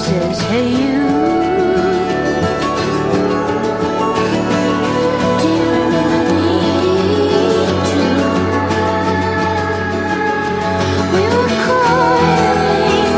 says, hey you. Do you remember me too? We were crying.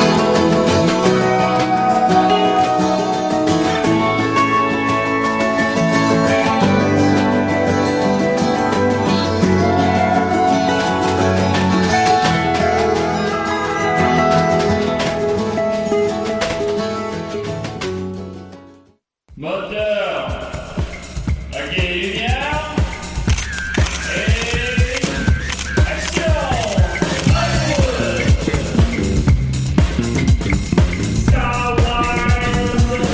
Moteur. Ok, lumière. Et action. Star Wars.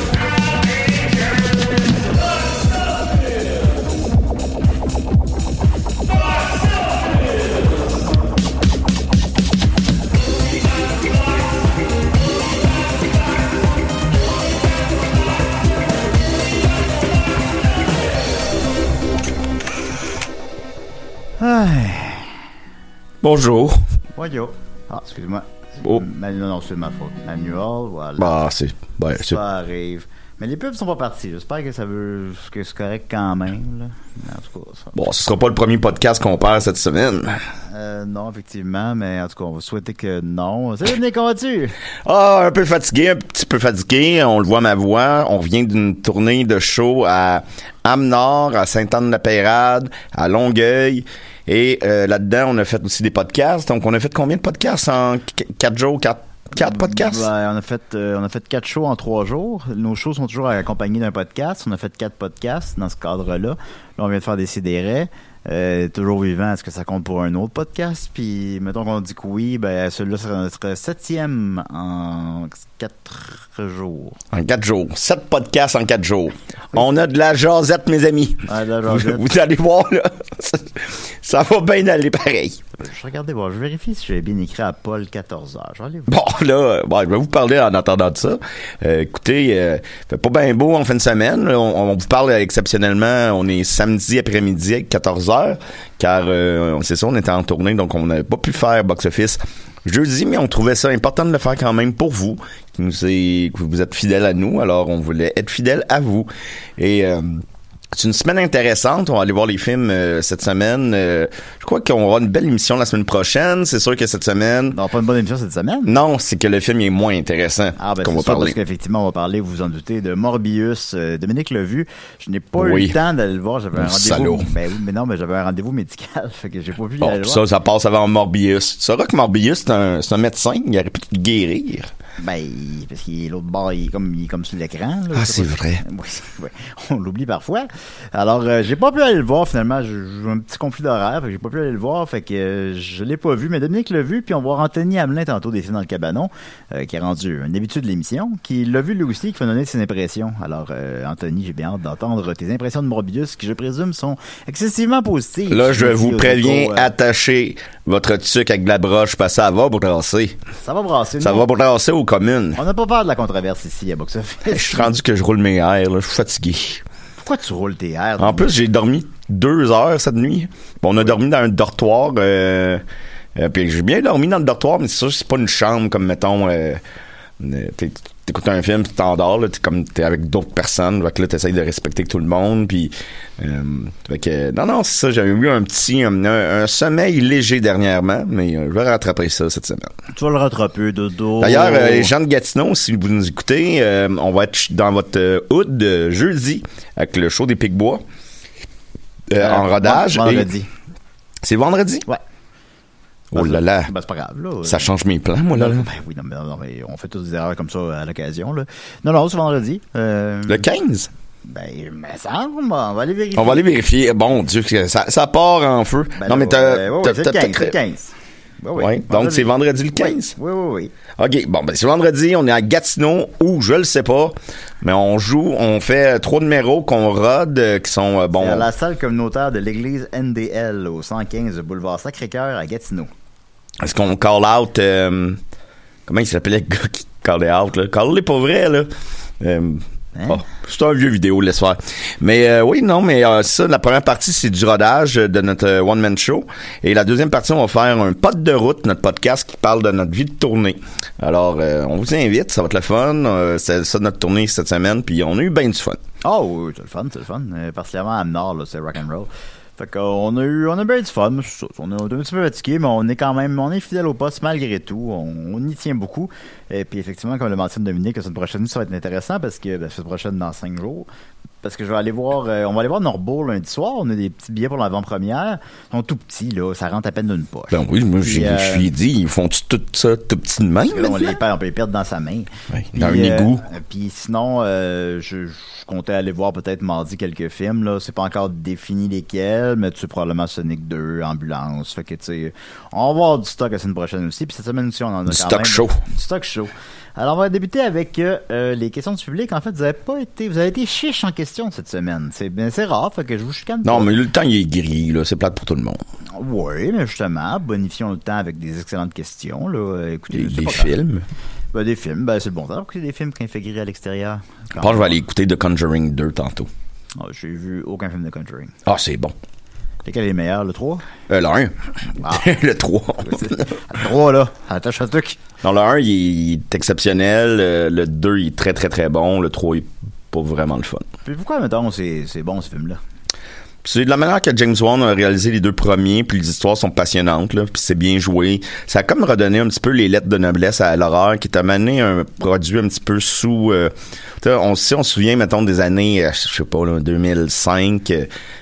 Bonjour. Bonjour. Ah, excuse-moi. Oh. Non, c'est ma faute. Manuel, voilà. Bah, c'est. Ouais, c'est. Ça arrive. Mais les pubs sont pas partis. J'espère que ça veut. Que c'est correct quand même, là. En tout cas, ça... Bon, ce sera pas le premier podcast qu'on perd cette semaine. Non, effectivement, mais en tout cas, on va souhaiter que non. Salut, Nick, comment vas-tu? Ah, un peu petit peu fatigué. On le voit ma voix. On vient d'une tournée de show à Amenord, à Sainte-Anne-de-la-Peyrade, à Longueuil. Et là-dedans, on a fait aussi des podcasts. Donc, on a fait combien de podcasts en 4 jours? 4 podcasts? Ouais, on a fait 4 shows en 3 jours. Nos shows sont toujours accompagnés d'un podcast. On a fait 4 podcasts dans ce cadre-là. Là, on vient de faire des CDR. Toujours vivant, est-ce que ça compte pour un autre podcast? Puis, mettons qu'on dit que oui, ben celui-là serait 7e en 4 jours. En 4 jours. 7 podcasts en 4 jours. Oui. On a de la jasette, mes amis. Ah, de la jasette. Vous allez voir, là. Ça va bien aller pareil. Je regardais voir, je vérifie si j'avais bien écrit à Paul 14h. Je vais aller voir. Bon, là, je vais vous parler en attendant de ça. Écoutez, fait pas bien beau en fin de semaine. On vous parle exceptionnellement. On est samedi après-midi à 14h, car c'est ça, on était en tournée, donc on n'avait pas pu faire box-office jeudi, mais on trouvait ça important de le faire quand même pour vous, que vous êtes fidèles à nous, alors on voulait être fidèles à vous. Et c'est une semaine intéressante. On va aller voir les films cette semaine. Je crois qu'on aura une belle émission la semaine prochaine. C'est sûr que cette semaine... Non, pas une bonne émission cette semaine? Non, c'est que le film est moins intéressant qu'on va parler. Parce qu'effectivement, on va parler, vous vous en doutez, de Morbius. Dominique l'a vu. Je n'ai pas eu le temps d'aller le voir. J'avais un rendez-vous. Salaud. Ben oui, mais non, mais j'avais un rendez-vous médical. Fait que j'ai pas pu y aller voir. Ça passe avant Morbius. Tu sauras que Morbius, c'est un médecin. Il aurait pu te guérir. Ben, parce qu'il est l'autre bord, il est comme sur l'écran. Là, c'est vrai. Oui, on l'oublie parfois. Alors, j'ai pas pu aller le voir, finalement. J'ai un petit conflit d'horaire, fait que j'ai pas pu aller le voir, fait que je l'ai pas vu. Mais Dominique l'a vu, puis on va voir Anthony Hamelin tantôt des films dans le cabanon, qui a rendu une habitude de l'émission, qui l'a vu lui aussi, qui va donner ses impressions. Alors, Anthony, j'ai bien hâte d'entendre tes impressions de Morbius, qui je présume sont excessivement positives. Là, je vous préviens, attachez votre tuque avec de la broche, parce que ça va brasser. Ça va brasser. Ça va brasser aux communes. On n'a pas peur de la controverse ici à Box Office. Je suis rendu que je roule mes airs, là. Je suis fatigué. Pourquoi tu roules tes airs? En plus, j'ai dormi 2 heures cette nuit. Bon, on a dormi dans un dortoir. Puis j'ai bien dormi dans le dortoir, mais c'est sûr que c'est pas une chambre comme, mettons... t'écoutes un film, tu t'endors, là, t'es avec d'autres personnes, fait que là, t'essayes de respecter tout le monde, puis fait que, non, c'est ça, j'avais eu un petit, un sommeil léger dernièrement, mais je vais rattraper ça cette semaine. Tu vas le rattraper, dodo. D'ailleurs, les gens de Gatineau, si vous nous écoutez, on va être dans votre hood jeudi, avec le show des Picbois, en rodage. Vendredi. C'est vendredi? Ouais. Oh là là. Ben, c'est pas grave, là. Ça change mes plans, moi, là. Ben oui, non, mais on fait tous des erreurs comme ça à l'occasion, là. Non, c'est vendredi. Le 15? Ben, il me semble, on va aller vérifier. On va aller vérifier. Bon, Dieu, ça part en feu. Ben non, là, mais c'est le 15. Oui. Donc, c'est vendredi le 15? Oui. OK, bon, ben c'est vendredi, on est à Gatineau, ou je le sais pas, mais on fait 3 numéros qu'on rode, qui sont, bon... C'est à la salle communautaire de l'église NDL, au 115 boulevard Sacré-Cœur, à Gatineau. Est-ce qu'on call out, comment il s'appelait le gars qui callait out, là? Call-les pas vrai, là. Hein? Oh, c'est un vieux vidéo, laisse faire. Mais oui, non, mais ça, la première partie, c'est du rodage de notre one-man show. Et la deuxième partie, on va faire un pod de route, notre podcast qui parle de notre vie de tournée. Alors, on vous invite, ça va être le fun. C'est ça notre tournée cette semaine, puis on a eu bien du fun. Oh oui, c'est le fun. Particulièrement à Nord, là, c'est rock'n'roll. Fait qu'on a eu bien du fun. C'est ça. On est un petit peu fatigué, mais on est fidèle au poste malgré tout. On y tient beaucoup. Et puis effectivement, comme le mentionne Dominique, la semaine prochaine, ça va être intéressant parce que la semaine prochaine, dans 5 jours. Parce que on va aller voir Norbeau lundi soir. On a des petits billets pour l'avant-première. Ils sont tout petits, là. Ça rentre à peine d'une poche. Ben oui, moi, je lui ai dit, ils font tout ça tout petit de même? On peut les perdre dans sa main. Oui, dans un égout. Puis sinon, je comptais aller voir peut-être mardi quelques films, là. C'est pas encore défini lesquels, mais tu sais, probablement Sonic 2, Ambulance. Fait que, tu sais, on va avoir du stock la semaine prochaine aussi. Puis cette semaine aussi, on en a Du quand stock même. show. Du stock show. Alors, on va débuter avec les questions du public. En fait, vous avez été chiche en question cette semaine. C'est rare, fait que je vous chicane pas. Non, mais le temps, il est gris, là. C'est plate pour tout le monde. Oui, mais justement, bonifions le temps avec des excellentes questions, là. Écoutez, Les films. Des films, c'est le bon temps. Écoutez des films quand il fait gris à l'extérieur. Je pense que je vais aller écouter The Conjuring 2 tantôt. J'ai vu aucun film de Conjuring. Ah, c'est bon. Lequel est le meilleur, le 3? Le 1. Ah. Le 3. Le 3, là, attache à truc. Non, le 1, il est exceptionnel. Le 2, il est très, très, très bon. Le 3, il est pas vraiment le fun. Puis pourquoi, mettons, c'est bon, ce film-là? C'est de la manière que James Wan a réalisé les deux premiers, puis les histoires sont passionnantes, là, puis c'est bien joué. Ça a comme redonné un petit peu les lettres de noblesse à l'horreur, qui est amené un produit un petit peu sous... on se souvient, mettons, des années, je sais pas, là, 2005...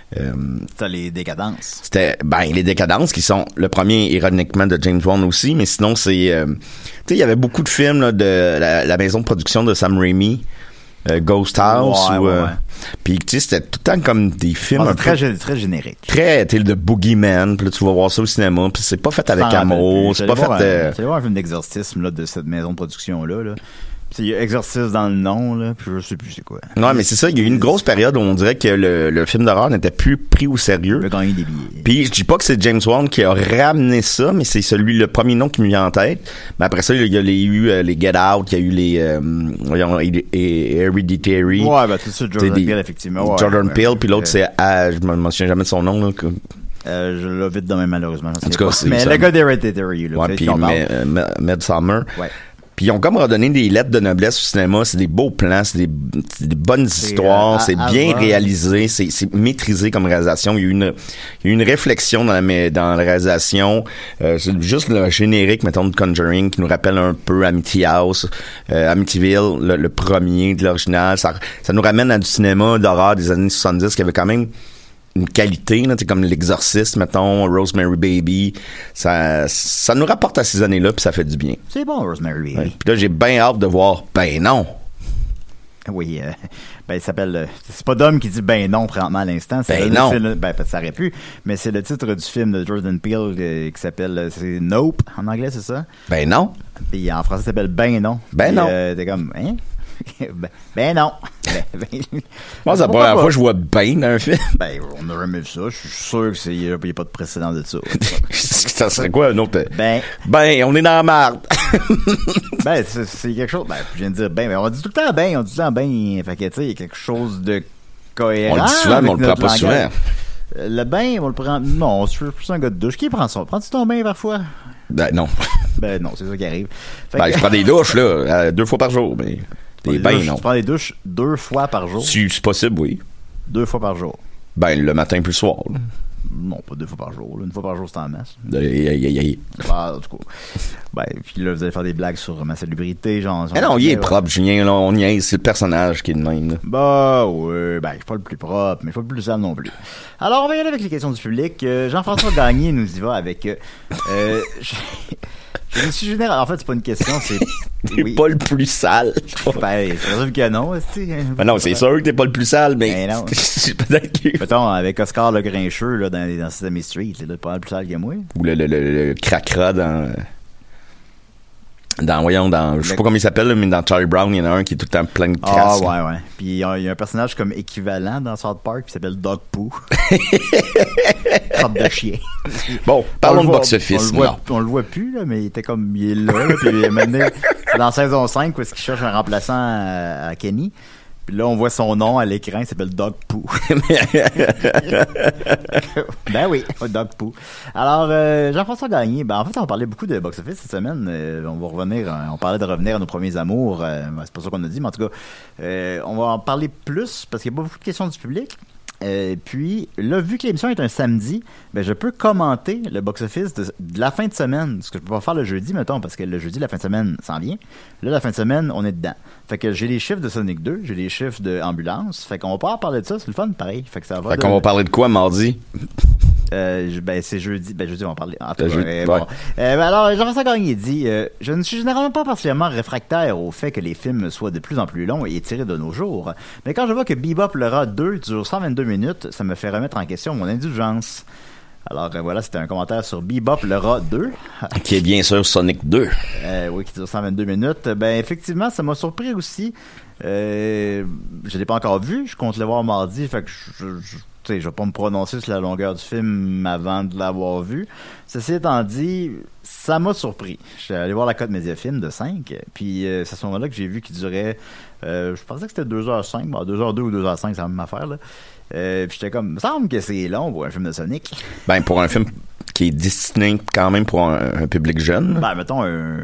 T'as les décadences. C'était les décadences qui sont le premier ironiquement de James Wan aussi, mais sinon c'est tu sais, il y avait beaucoup de films là, de la maison de production de Sam Raimi, Ghost House, ouais. Puis tu sais, c'était tout le temps comme des films un très génériques, générique. très de Boogeyman, puis là tu vas voir ça au cinéma, puis c'est pas fait avec amour, c'est pas fait c'est voir un film d'exorcisme là de cette maison de production là. Il y a exorcisme dans le nom, là, puis je sais plus c'est quoi. Non, mais c'est ça, il y a eu une grosse période où on dirait que le film d'horreur n'était plus pris au sérieux. Il a gagné des billets. Puis je dis pas que c'est James Wan qui a ramené ça, mais c'est le premier nom qui me vient en tête. Mais après ça, il y a eu les Get Out, il y a eu les Hereditary. Ouais, tout ça, Jordan Peele, effectivement. Ouais, Jordan Peele, puis l'autre c'est je me souviens jamais de son nom là. Je l'ai vite demain malheureusement. En tout cas, c'est mais ça. Le gars d'Hereditary, là. Ouais, puis Midsommar. Ouais. Puis ils ont comme redonné des lettres de noblesse au cinéma. C'est des beaux plans, c'est des bonnes histoires, c'est bien réalisé, c'est maîtrisé comme réalisation. Il y a une réflexion dans la réalisation. C'est juste le générique, mettons, de Conjuring qui nous rappelle un peu Amityville, le premier de l'original. Ça nous ramène à du cinéma d'horreur des années 70 qui avait quand même une qualité, là, comme L'Exorciste, mettons, Rosemary Baby, ça nous rapporte à ces années-là, puis ça fait du bien. C'est bon, Rosemary Baby. Ouais. Puis là, j'ai bien hâte de voir Ben non. Oui, il s'appelle... c'est pas Dom qui dit Ben non, présentement, à l'instant. Ben non. Ça aurait pu, mais c'est le titre du film de Jordan Peele qui s'appelle... c'est Nope, en anglais, c'est ça? Ben non. Puis en français, ça s'appelle Ben non. Ben non. T'es comme... Hein? ben non. Moi, c'est la première fois que je vois Ben dans un film. On aurait jamais vu ça. Je suis sûr qu'il n'y a pas de précédent de ça. Ça serait quoi un autre? Ben, on est dans la merde. c'est quelque chose... je viens de dire ben, mais on dit tout le temps ben. Fait que, tu sais, il y a quelque chose de cohérent. On le dit souvent, mais on le prend pas souvent. Le bain, on le prend... Non, je suis plus un gars de douche. Qui prend ça? Prends-tu ton bain parfois? Ben non. Ben non, c'est ça qui arrive. Je prends des douches, là, 2 fois par jour, mais... Des bains, non. Tu prends des douches 2 fois par jour? Si c'est possible, oui. 2 fois par jour? Le matin plus le soir. Là. Non, pas 2 fois par jour. Là. 1 fois par jour, c'est en masse. En tout cas. Puis là, vous allez faire des blagues sur ma salubrité, genre... non, il est propre, Julien. Là, on niaise. C'est le personnage qui est de même. Là. Oui. Je suis pas le plus propre, mais je suis pas le plus sale non plus. Alors, on va y aller avec les questions du public. Jean-François Gagné nous y va avec... Je suis général. En fait, c'est pas une question, c'est... T'es pas le plus sale. C'est sûr que non, non, c'est sûr que t'es pas le plus sale, mais non. c'est peut-être que... Mettons, avec Oscar le Grincheux, là, dans Sesame Street, c'est pas le plus sale que moi. Ou le cracra dans je sais pas comment il s'appelle, mais dans Charlie Brown, il y en a un qui est tout le temps plein de crasse. Ah, ouais. Puis il y a un personnage comme équivalent dans South Park qui s'appelle Dog Poo. Crotte de chien. Bon, parlons de box-office. On le voit plus, là, mais il est là, puis maintenant, c'est dans saison 5 où est-ce qu'il cherche un remplaçant à Kenny. Puis là, on voit son nom à l'écran, il s'appelle Dog Poo. Ben oui, Dog Poo. Alors, Jean-François Gagné, en fait, on parlait beaucoup de box-office cette semaine. On parlait de revenir à nos premiers amours. C'est pas ça qu'on a dit, mais en tout cas, on va en parler plus parce qu'il y a pas beaucoup de questions du public. Puis là, vu que l'émission est un samedi, je peux commenter le box-office de la fin de semaine, ce que je peux pas faire le jeudi, mettons, parce que le jeudi, la fin de semaine s'en vient. Là, la fin de semaine, on est dedans. Fait que j'ai les chiffres de Sonic 2, j'ai les chiffres de Ambulance. Fait qu'on va pas parler de ça, c'est le fun, pareil. Fait que ça va. Fait qu'on va parler de quoi mardi? C'est jeudi. Jeudi, on va parler. En tout cas, bon. Alors, Jean-François Gagné dit je ne suis généralement pas particulièrement réfractaire au fait que les films soient de plus en plus longs et étirés de nos jours. Mais quand je vois que Bebop le Rat 2 dure 122 minutes, ça me fait remettre en question mon indulgence. Alors voilà, c'était un commentaire sur Bebop le Rat 2. Qui est bien sûr Sonic 2. Oui, qui dure 122 minutes. Effectivement, ça m'a surpris aussi. Je l'ai pas encore vu. Je compte le voir mardi. Fait que je vais pas me prononcer sur la longueur du film avant de l'avoir vu. Ceci étant dit, ça m'a surpris. Je suis allé voir la cote Mediafilm de 5, puis c'est à ce moment-là que j'ai vu qu'il durait, je pensais que c'était 2h05, 2h02 ou 2h05, c'est la même affaire, là. Puis j'étais comme, il me semble que c'est long pour un film de Sonic. Pour un film qui est destiné quand même pour un public jeune. Mettons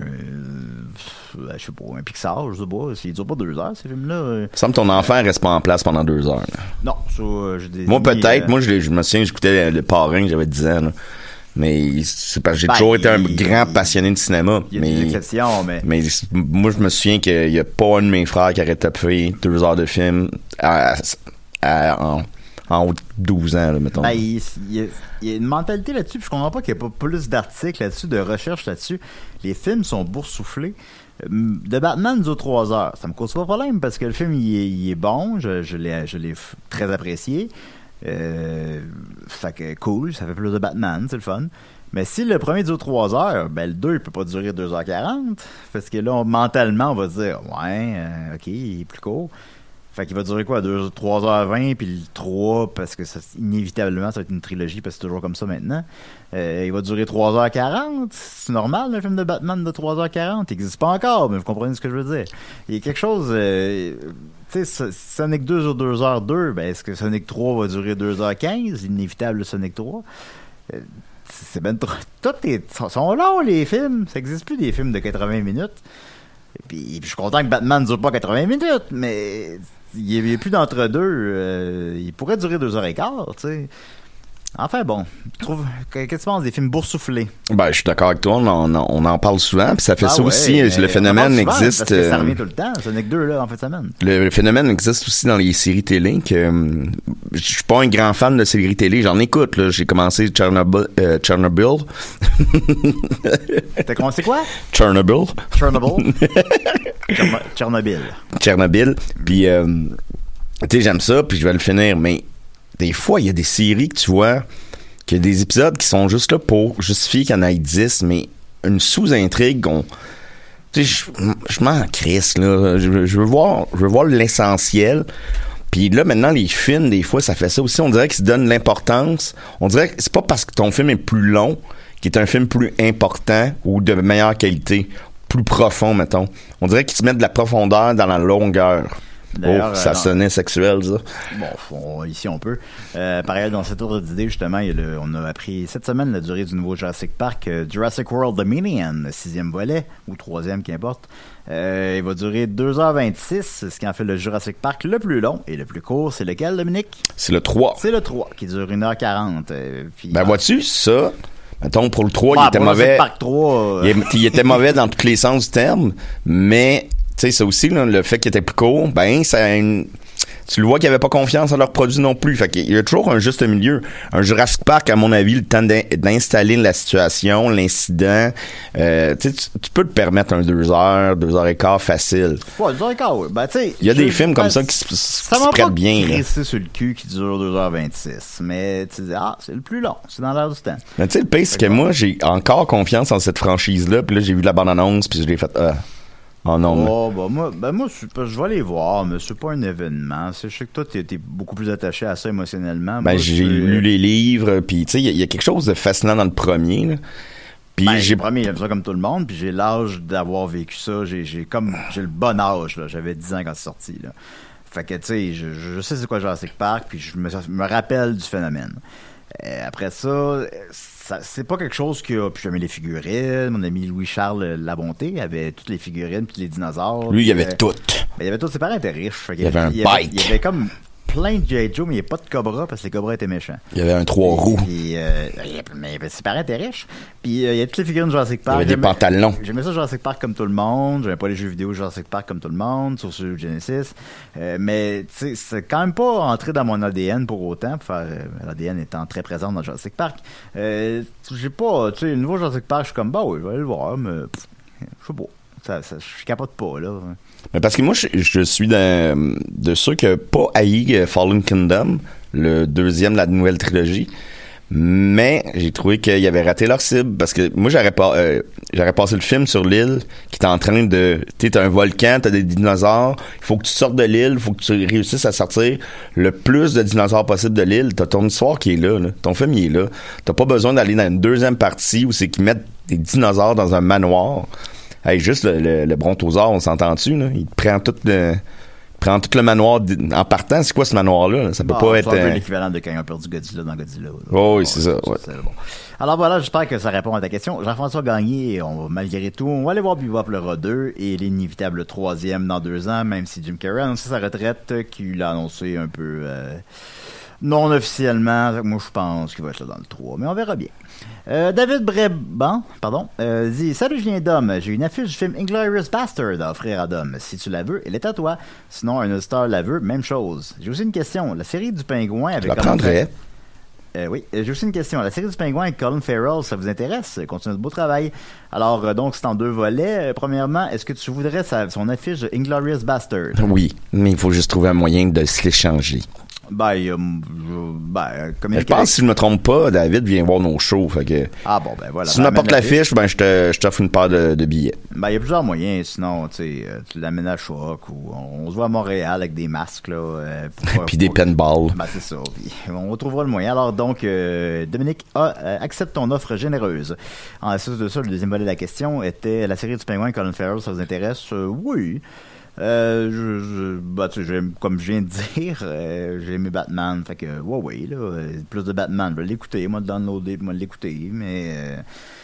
je sais pas, un Pixar, je sais pas, il dure pas 2 heures, ces films-là. Il me semble que ton enfant reste pas en place pendant 2 heures. Là. Non, ça, j'ai des moi, amis, peut-être. Moi, je me souviens, j'écoutais Le Parrain, j'avais 10 ans. Là. Mais c'est parce que j'ai toujours été un grand passionné de cinéma. Il y a des exceptions, mais moi, je me souviens qu'il y a pas un de mes frères qui aurait tapé 2 heures de film en haut de 12 ans, là, mettons. Il y a une mentalité là-dessus, puis je comprends pas qu'il n'y ait pas plus d'articles là-dessus, de recherches là-dessus. Les films sont boursouflés. De Batman dure 3 heures. Ça me cause pas de problème parce que le film il est bon, je l'ai très apprécié. Fait que cool, ça fait plus de Batman, c'est le fun. Mais si le premier dure 3 heures, le 2 il peut pas durer 2h40. Parce que là, mentalement, on va se dire ok, il est plus court. Fait qu'il va durer quoi, 3h20, puis le 3, parce que inévitablement, ça va être une trilogie, parce que c'est toujours comme ça maintenant. Il va durer 3h40. C'est normal, un film de Batman de 3h40. Il n'existe pas encore, mais vous comprenez ce que je veux dire. Il y a quelque chose... tu sais, Sonic 2 sur 2h02, est-ce que Sonic 3 va durer 2h15? Inévitable, Sonic 3. C'est ben trop... sont longs, les films. Ça n'existe plus, des films de 80 minutes. Et puis, je suis content que Batman ne dure pas 80 minutes, mais... Il n'y a plus d'entre-deux. Il pourrait durer 2h15, tu sais. Enfin bon, qu'est-ce que tu penses des films boursouflés? Je suis d'accord avec toi, on en parle souvent, puis ça fait ça aussi, le phénomène souvent, existe... Parce que ça revient tout le temps, Sonic 2, là, en fin de semaine. Le phénomène existe aussi dans les séries télé, que je suis pas un grand fan de séries télé, j'en écoute, là, j'ai commencé Chernobyl. T'as commencé quoi? Chernobyl, puis tu sais, j'aime ça, puis je vais le finir, mais des fois, il y a des séries que tu vois, qu'il y a des épisodes qui sont juste là pour justifier qu'il y en ait 10, mais une sous-intrigue, tu sais, je m'en crisse, là. Je veux voir l'essentiel. Puis là, maintenant, les films, des fois, ça fait ça aussi. On dirait qu'ils se donnent l'importance. On dirait que c'est pas parce que ton film est plus long qu'il est un film plus important ou de meilleure qualité, plus profond, mettons. On dirait qu'ils se mettent de la profondeur dans la longueur. Ça sonnait sexuel, ça. Bon, ici on peut. Par ailleurs, dans cette ordre d'idée, justement, on a appris cette semaine la durée du nouveau Jurassic Park, Jurassic World Dominion, le 6e volet, ou 3e, qu'importe. Il va durer 2h26, ce qui en fait le Jurassic Park le plus long et le plus court. C'est lequel, Dominique? C'est le 3. C'est le 3, qui dure 1h40. Vois-tu, ça... Mettons, pour le 3, il était mauvais. Park 3, il était mauvais dans tous les sens du terme, mais... Tu sais, ça aussi, là, le fait qu'il était plus court, tu le vois qu'ils n'avaient pas confiance en leurs produits non plus. Fait qu'il y a toujours un juste milieu. Un Jurassic Park, à mon avis, le temps d'installer la situation, l'incident, tu peux te permettre un 2 heures, 2h15 facile. Ouais, 2h15, oui. Tu sais. Il y a des films comme ça qui se prêtent bien. Ça m'a pas crissé sur le cul qui dure 2h26. Mais tu dis, c'est le plus long. C'est dans l'air du temps. Mais tu sais, le pire, c'est que moi, j'ai encore confiance en cette franchise-là. Puis là, j'ai vu la bande-annonce, puis je l'ai fait... Oh non. Moi, je vais les voir, mais c'est pas un événement. Je sais que toi, t'es beaucoup plus attaché à ça émotionnellement. J'ai lu les livres, puis tu sais, il y a quelque chose de fascinant dans le premier, là. Puis le premier, j'aime ça comme tout le monde, puis j'ai l'âge d'avoir vécu ça. J'ai le bon âge, là. J'avais 10 ans quand c'est sorti, là. Fait que, tu sais, je sais c'est quoi Jurassic Park, puis je me rappelle du phénomène. Après ça, c'est pas quelque chose qui a... Puis j'aimais les figurines. Mon ami Louis-Charles Labonté avait toutes les figurines, puis les dinosaures. Lui, il y avait tout. Ben, il y avait tout. Ses parents étaient riches. Fait Il y avait un bike. Il y avait comme plein de G.I. Joe, mais il n'y avait pas de Cobra parce que les Cobras étaient méchants. Il y avait un 3 roues. Mais ses parents étaient riches. Puis il y a toutes les figurines de Jurassic Park. Il y avait des pantalons. J'aimais ça Jurassic Park comme tout le monde. J'aimais pas les jeux vidéo Jurassic Park comme tout le monde, sauf sur Genesis. Mais tu sais, c'est quand même pas entré dans mon ADN pour autant. Pour faire l'ADN étant très présent dans Jurassic Park. J'ai pas, tu sais, le nouveau Jurassic Park, je suis comme bah oui, je vais aller le voir, mais je sais pas. Je capote pas là. Mais parce que moi, je suis de ceux qui n'ont pas haï Fallen Kingdom, le deuxième de la nouvelle trilogie. Mais j'ai trouvé qu'ils avaient raté leur cible parce que moi, j'aurais passé le film sur l'île qui est en train de... Tu sais, t'as un volcan, t'as des dinosaures, il faut que tu sortes de l'île, il faut que tu réussisses à sortir le plus de dinosaures possible de l'île. T'as ton histoire qui est là. Ton film, il est là. T'as pas besoin d'aller dans une deuxième partie où c'est qu'ils mettent des dinosaures dans un manoir. Hey, juste le brontosaure, on s'entend-tu, là? Il prend tout le manoir en partant. C'est quoi ce manoir-là? Ça peut pas être... C'est un peu l'équivalent de quand ils ont perdu Godzilla dans Godzilla. Oh, oui, c'est ça. Ouais. Bon. Alors voilà, j'espère que ça répond à ta question. Jean-François Gagné, malgré tout, on va aller voir Bebop le Rat 2 et l'inévitable 3e dans 2 ans, même si Jim Carrey a annoncé sa retraite, qu'il a annoncé un peu... non officiellement, moi je pense qu'il va être là dans le 3, mais on verra bien. David Bréban, dit « Salut Julien Dom, j'ai une affiche du film Inglourious Bastard à offrir à Dom. Si tu la veux, elle est à toi. Sinon, un auditeur la veut, même chose. J'ai aussi une question. La série du Pingouin avec... Je la prendrais. Oui, j'ai aussi une question. La série du Pingouin avec Colin Farrell, ça vous intéresse? Continuez de beau travail. Alors, donc, c'est en 2 volets. Premièrement, est-ce que tu voudrais son affiche de Inglourious Bastard? Oui, mais il faut juste trouver un moyen de se l'échanger. Je pense, si je me trompe pas, David vient voir nos shows. Fait que, voilà. Si tu m'apportes l'affiche, je t'offre une paire de billets. Il y a plusieurs moyens. Sinon, tu l'amènes à Choc ou on se voit à Montréal avec des masques, là. Puis des pinballs. C'est ça. Puis on trouvera le moyen. Alors, donc, Dominique, accepte ton offre généreuse. Ensuite de ça, le deuxième volet de la question était la série du Pingouin Colin Farrell, ça vous intéresse? Oui. Comme je viens de dire, j'ai aimé Batman, fait que oui, là, plus de Batman, je vais l'écouter, moi le downloader, moi l'écouter, mais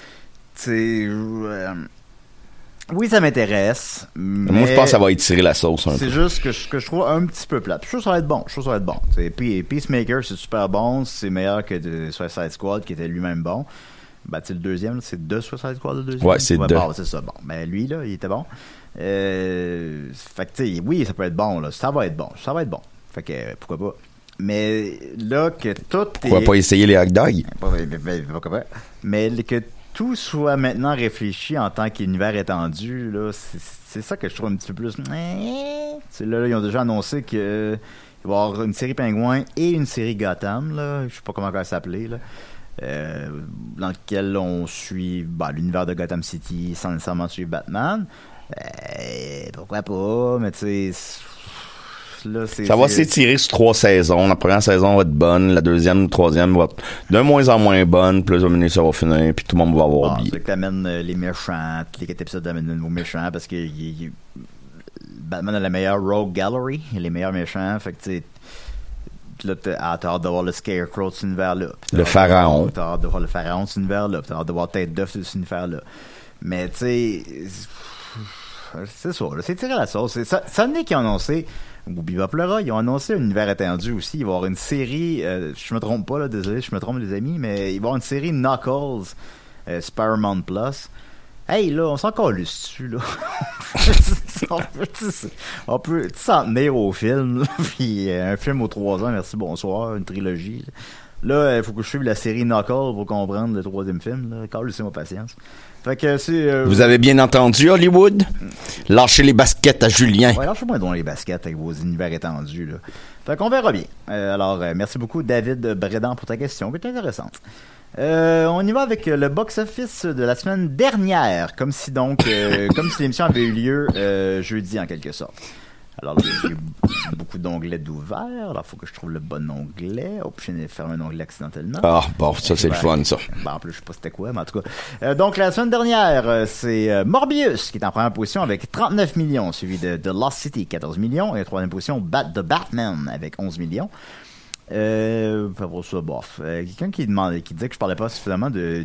oui, ça m'intéresse. Moi, je pense que ça va étirer la sauce un peu. C'est juste que je trouve un petit peu plate. Je trouve que ça va être bon. Puis Peacemaker, c'est super bon, c'est meilleur que de Suicide Squad qui était lui-même bon. Le deuxième, là, c'est The Suicide Squad, le deuxième. Ouais, c'est deux. C'est ça, bon. Mais lui, là, il était bon. Fait que, tu sais, oui, ça peut être bon, là. Ça va être bon. Fait que, pourquoi pas. Mais là, que tout pourquoi pas essayer les hot dogs? Pourquoi pas. Mais que tout soit maintenant réfléchi en tant qu'univers étendu, là, c'est ça que je trouve un petit peu plus... Là, ils ont déjà annoncé qu'il va y avoir une série Pingouin et une série Gotham, là. Je sais pas comment elle va s'appeler, là. Dans lequel on suit l'univers de Gotham City sans nécessairement suivre Batman. Pourquoi pas, mais tu sais... Ça va s'étirer sur 3 saisons. La première saison va être bonne, la deuxième, la troisième va être de moins en moins bonne, puis là, ça va finir, puis tout le monde va avoir oublié. C'est que t'amènes les méchants, tous les 4 épisodes t'amènent de nouveaux méchants, parce que Batman a la meilleure Rogue Gallery, les meilleurs méchants, fait que tu sais... Là, t'as hâte de voir le Scarecrow de cet univers-là. Le Pharaon. T'as hâte de voir le Pharaon de cet univers-là. T'as hâte de voir Tête d'œuf de cet univers-là. Mais, tu sais, c'est ça, là, c'est tiré la sauce. Ça n'est qu'ils ont annoncé, ou Bebop le Rat, ils ont annoncé un univers étendu aussi. Il va y avoir une série, je me trompe pas, là, désolé, je me trompe, les amis, mais il va y avoir une série Knuckles, Spider-Man Plus. Hey, là, on s'en calisse dessus, là. on peut s'en tenir au film, là, puis un film aux 3 ans, merci, bonsoir, une trilogie. Là, il faut que je suive la série Knuckles pour comprendre le 3e film, là. Calissez-moi patience. Fait que c'est... Vous avez bien entendu, Hollywood? Lâchez les baskets à Julien. Ouais, lâchez-moi donc les baskets avec vos univers étendus, là. Fait qu'on verra bien. Alors, merci beaucoup, David Brédan, pour ta question, qui est intéressante. On y va avec le box-office de la semaine dernière, comme si l'émission avait eu lieu jeudi en quelque sorte. Alors là, j'ai beaucoup d'onglets d'ouvert. Alors, il faut que je trouve le bon onglet. Oh, puis j'ai fermé un onglet accidentellement. Ah, bon, ça, c'est le fun, ça. Ben, en plus, je sais pas c'était quoi, mais en tout cas. Donc, la semaine dernière, c'est Morbius qui est en première position avec 39 millions, suivi de The Lost City, 14 millions, et en troisième position, The Batman avec 11 millions. Pour ça, bof. Quelqu'un qui disait que je parlais pas suffisamment de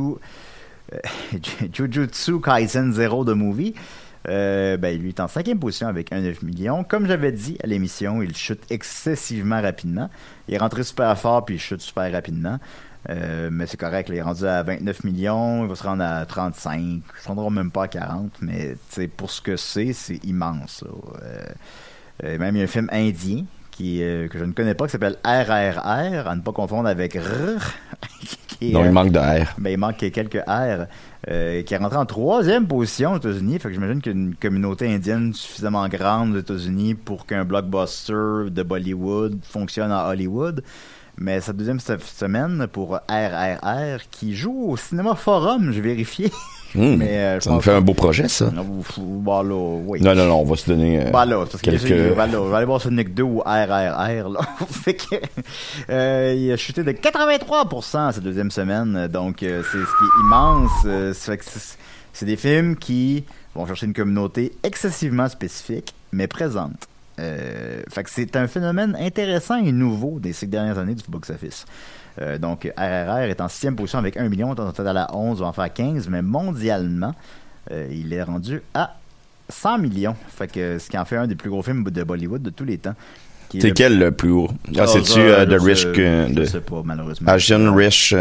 Jujutsu Kaisen Zero de Movie. Lui est en cinquième position avec 1,9 million. Comme j'avais dit à l'émission, il chute excessivement rapidement. Il est rentré super fort puis il chute super rapidement. Mais c'est correct, là, il est rendu à 29 millions, il va se rendre à 35, il ne se rendra même pas à 40, mais pour ce que c'est immense. Même il y a un film indien que je ne connais pas qui s'appelle RRR, à ne pas confondre avec Non, il manque de R. Il manque quelques R. Qui est rentré en troisième position aux États-Unis. Fait que j'imagine qu'une communauté indienne suffisamment grande aux États-Unis pour qu'un blockbuster de Bollywood fonctionne à Hollywood. Mais sa deuxième semaine pour RRR qui joue au Cinéma Forum, j'ai vérifié. Mais, ça nous fait un beau projet, ça. Bah là, oui. Non, on va se donner bah là, parce quelques... je vais aller voir Sonic 2 ou RRR. Là. Fait que, il a chuté de 83% cette deuxième semaine. Donc, c'est ce qui est immense. C'est des films qui vont chercher une communauté excessivement spécifique, mais présente. Fait que c'est un phénomène intéressant et nouveau des 6 dernières années du box-office. Donc, RRR est en 6e position avec 1 million, total à 11, on va en faire 15, mais mondialement, il est rendu à 100 millions. Fait que ce qui en fait un des plus gros films de Bollywood de tous les temps. C'est quel le plus haut? Ah, c'est-tu The Rich... Je sais pas, malheureusement. Asian Rich...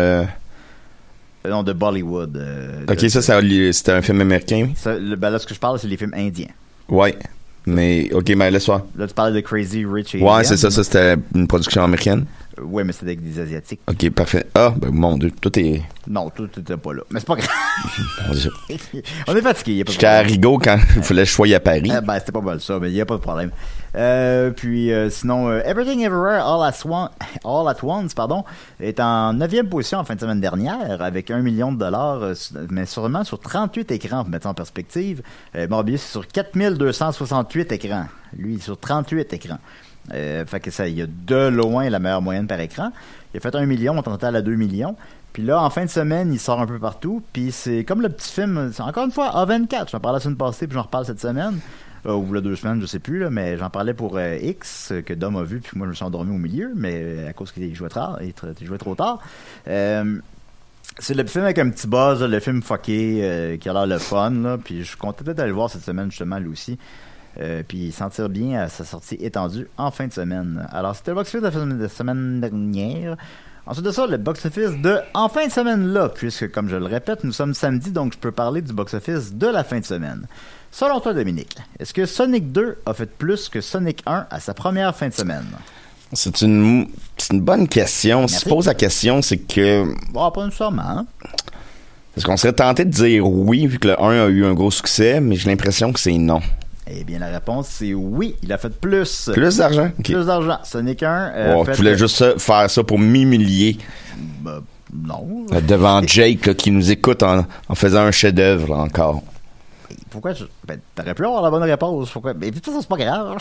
Non, de Bollywood. Ok, c'était un film américain? Là, ce que je parle, c'est les films indiens. Ouais. Mais, ok, mais laisse-moi. Là, tu parlais de Crazy Rich Asian. Ouais, c'est ça, c'était une production américaine. Oui, mais c'était avec des Asiatiques. Ok, parfait. Ah, ben mon Dieu, tout est... Non, tout était pas là. Mais c'est pas grave. Mon Dieu. On est fatigué. J'étais à Rigaud quand il fallait que je sois à Paris. C'était pas mal ça, mais il n'y a pas de problème. Sinon, Everything Everywhere All at Once, est en 9e position en fin de semaine dernière avec 1 million de dollars, mais seulement sur 38 écrans, pour mettre ça en perspective. Morbius sur 4268 écrans. Lui, sur 38 écrans. Fait que ça, il y a de loin la meilleure moyenne par écran. Il a fait 1 million, on total à 2 millions. Puis là, en fin de semaine, il sort un peu partout. Puis c'est comme le petit film, c'est encore une fois A24. J'en parlais la semaine passée, puis j'en reparle cette semaine. Ou là 2 semaines, je sais plus, là, mais j'en parlais pour X, que Dom a vu, puis moi je me suis endormi au milieu, mais à cause qu'il jouait trop tard. C'est le film avec un petit buzz, là, le film fucké, qui a l'air le fun, là, puis je suis content peut-être d'aller le voir cette semaine, justement, lui aussi. Puis sentir bien à sa sortie étendue en fin de semaine. Alors, c'était le box-office de la semaine dernière. Ensuite de ça, le box-office de en fin de semaine-là, puisque, comme je le répète, nous sommes samedi, donc je peux parler du box-office de la fin de semaine. Selon toi, Dominique, est-ce que Sonic 2 a fait plus que Sonic 1 à sa première fin de semaine? C'est une bonne question. Merci. Si tu poses la question, c'est que... Bon, pas nécessairement, hein? Parce qu'on serait tenté de dire oui, vu que le 1 a eu un gros succès, mais j'ai l'impression que c'est non. Eh bien, la réponse, c'est oui. Il a fait plus. Plus d'argent? Okay. Plus d'argent. Sonic 1 tu voulais juste faire ça pour m'humilier. Non. Devant Jake, là, qui nous écoute en faisant un chef-d'œuvre, là, encore. Pourquoi t'aurais pu avoir la bonne réponse. Pourquoi? Mais de toute façon, c'est pas grave.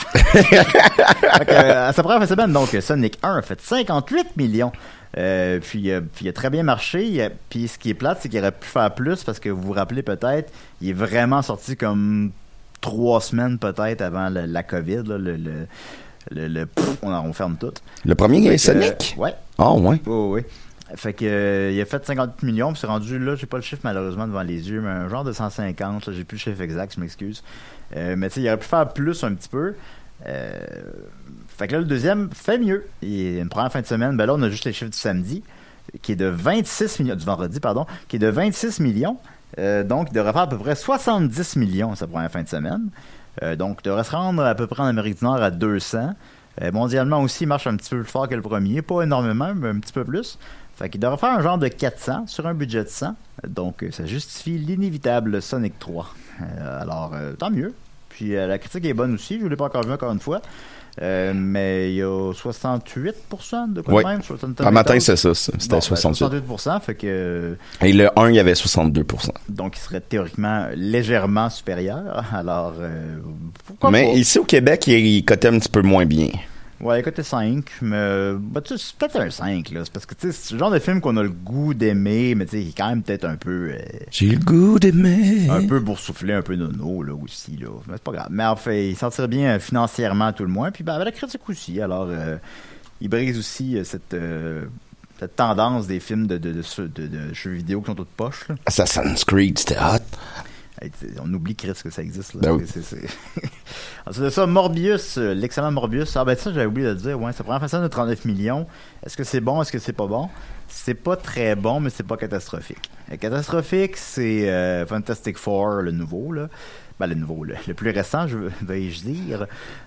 À sa première semaine, donc, Sonic 1 a fait 58 millions. Puis il a très bien marché. Puis ce qui est plate, c'est qu'il aurait pu faire plus parce que vous vous rappelez peut-être, il est vraiment sorti comme 3 semaines peut-être avant la COVID. Là, on ferme tout. Le premier Sonic? Ouais. Ah, ouais. Oui. Fait que il a fait 58 millions, puis c'est rendu là, j'ai pas le chiffre malheureusement devant les yeux, mais un genre de 150, là, j'ai plus le chiffre exact, je m'excuse. Mais tu sais, il aurait pu faire plus un petit peu. Fait que là, le deuxième fait mieux. Et une première fin de semaine, ben là, on a juste les chiffres du samedi, qui est de 26 millions, du vendredi, pardon, qui est de 26 millions. Donc, il devrait faire à peu près 70 millions sa première fin de semaine. Donc, il devrait se rendre à peu près en Amérique du Nord à 200. Mondialement aussi, il marche un petit peu plus fort que le premier. Pas énormément, mais un petit peu plus. Fait qu'il devrait faire un genre de 400 sur un budget de 100. Donc, ça justifie l'inévitable Sonic 3. Alors, tant mieux. Puis la critique est bonne aussi. Je ne l'ai pas encore vu encore une fois. Mais il y a 68% de quoi Oui. de même. Un matin, c'est ça. C'était 68. 68%, fait que... Et le 1, il y avait 62%. Donc, il serait théoriquement légèrement supérieur. Alors, pourquoi Mais pas? ici, au Québec, il cotait un petit peu moins bien. Ouais, écoutez 5, mais tu sais, c'est peut-être un 5, là. C'est parce que, tu sais, c'est le genre de film qu'on a le goût d'aimer, mais tu sais, il est quand même peut-être un peu... J'ai le goût d'aimer. un peu boursouflé, un peu nono, là, aussi, là. Mais c'est pas grave. Mais en fait, il s'en tire bien financièrement à tout le moins, puis ben, avec la critique aussi. Alors, il brise aussi cette tendance des films de jeux vidéo qui sont toutes poches, là. Assassin's Creed, c'était hot. Hey, on oublie Chris que ça existe, là. Ben oui. Ensuite de ça, Morbius, l'excellent Morbius. Ah ben ça, j'avais oublié de le dire, ouais, ça prend façon de 39 millions. Est-ce que c'est bon, est-ce que c'est pas bon? C'est pas très bon, mais c'est pas catastrophique. Catastrophique, c'est Fantastic Four, le nouveau, là. Ben, le nouveau, le plus récent, vais-je dire.